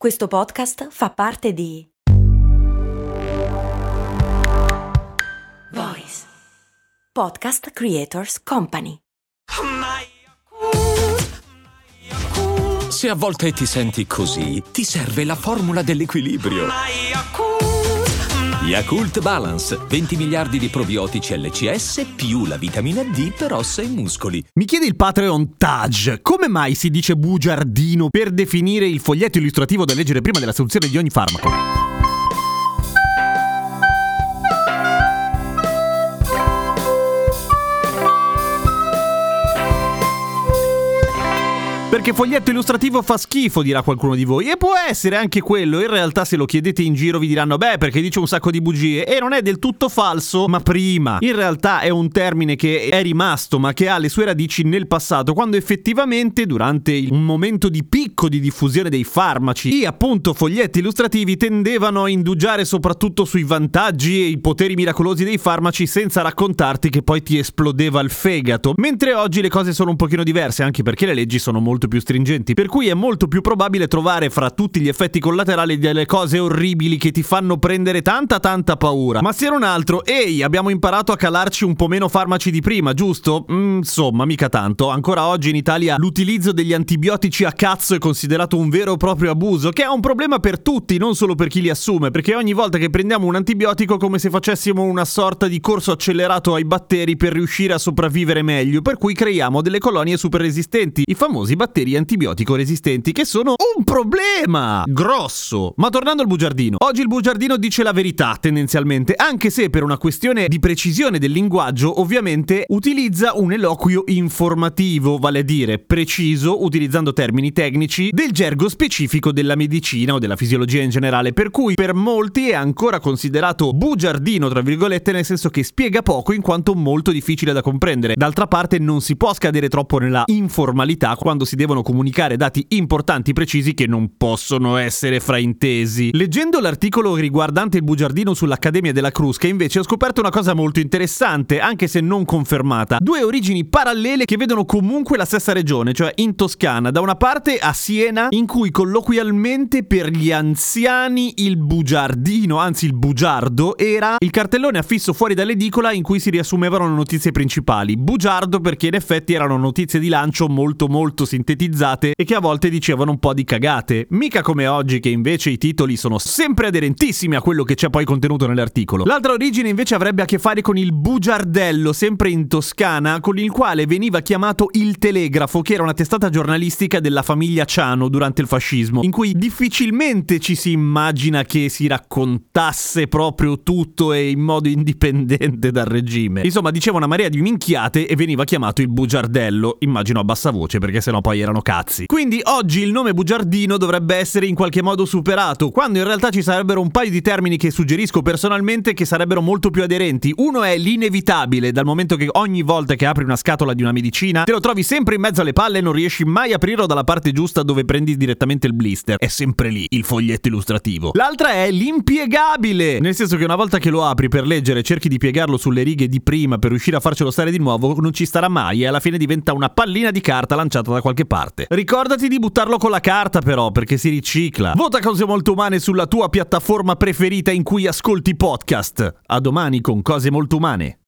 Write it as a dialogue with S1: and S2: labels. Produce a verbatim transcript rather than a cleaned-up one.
S1: Questo podcast fa parte di Voice Podcast Creators Company.
S2: Se a volte ti senti così, ti serve la formula dell'equilibrio. Yakult Balance, venti miliardi di probiotici L C S più la vitamina D per ossa e muscoli.
S3: Mi chiede il Patreon Taj, come mai si dice bugiardino per definire il foglietto illustrativo da leggere prima dell'assunzione di ogni farmaco? Perché foglietto illustrativo fa schifo, dirà qualcuno di voi, e può essere anche quello. In realtà, se lo chiedete in giro vi diranno beh, perché dice un sacco di bugie, e non è del tutto falso, ma prima. In realtà è un termine che è rimasto, ma che ha le sue radici nel passato, quando effettivamente durante un momento di picco di diffusione dei farmaci, i appunto foglietti illustrativi tendevano a indugiare soprattutto sui vantaggi e i poteri miracolosi dei farmaci, senza raccontarti che poi ti esplodeva il fegato. Mentre oggi le cose sono un pochino diverse, anche perché le leggi sono molto più stringenti, per cui è molto più probabile trovare fra tutti gli effetti collaterali delle cose orribili che ti fanno prendere tanta tanta paura. Ma se non altro, ehi, abbiamo imparato a calarci un po' meno farmaci di prima, giusto? Mm, insomma, mica tanto. Ancora oggi in Italia l'utilizzo degli antibiotici a cazzo è considerato un vero e proprio abuso, che è un problema per tutti, non solo per chi li assume, perché ogni volta che prendiamo un antibiotico è come se facessimo una sorta di corso accelerato ai batteri per riuscire a sopravvivere meglio, per cui creiamo delle colonie super resistenti, i famosi batteri antibiotico resistenti, che sono un problema grosso. Ma tornando al bugiardino, oggi il bugiardino dice la verità tendenzialmente, anche se per una questione di precisione del linguaggio ovviamente utilizza un eloquio informativo, vale a dire preciso, utilizzando termini tecnici del gergo specifico della medicina o della fisiologia in generale, per cui per molti è ancora considerato bugiardino tra virgolette, nel senso che spiega poco in quanto molto difficile da comprendere. D'altra parte non si può scadere troppo nella informalità quando si devono comunicare dati importanti precisi che non possono essere fraintesi. Leggendo l'articolo riguardante il bugiardino sull'Accademia della Crusca, invece, ho scoperto una cosa molto interessante, anche se non confermata. Due origini parallele che vedono comunque la stessa regione, cioè in Toscana. Da una parte a Siena, in cui colloquialmente per gli anziani il bugiardino, anzi il bugiardo, era il cartellone affisso fuori dall'edicola in cui si riassumevano le notizie principali. Bugiardo perché in effetti erano notizie di lancio molto molto sintetizzate e che a volte dicevano un po' di cagate, mica come oggi che invece i titoli sono sempre aderentissimi a quello che c'è poi contenuto nell'articolo. L'altra origine invece avrebbe a che fare con il bugiardello, sempre in Toscana, con il quale veniva chiamato Il Telegrafo, che era una testata giornalistica della famiglia Ciano durante il fascismo, in cui difficilmente ci si immagina che si raccontasse proprio tutto e in modo indipendente dal regime. Insomma, diceva una marea di minchiate e veniva chiamato il bugiardello, immagino a bassa voce perché sennò poi erano cazzi. Quindi oggi il nome bugiardino dovrebbe essere in qualche modo superato, quando in realtà ci sarebbero un paio di termini che suggerisco personalmente che sarebbero molto più aderenti. Uno è l'inevitabile, dal momento che ogni volta che apri una scatola di una medicina te lo trovi sempre in mezzo alle palle e non riesci mai a aprirlo dalla parte giusta dove prendi direttamente il blister. È sempre lì il foglietto illustrativo. L'altra è l'impiegabile, nel senso che una volta che lo apri per leggere cerchi di piegarlo sulle righe di prima per riuscire a farcelo stare di nuovo, non ci starà mai e alla fine diventa una pallina di carta lanciata da qualche parte. Ricordati di buttarlo con la carta però, perché si ricicla. Vota Cose Molto Umane sulla tua piattaforma preferita in cui ascolti podcast. A domani con Cose Molto Umane.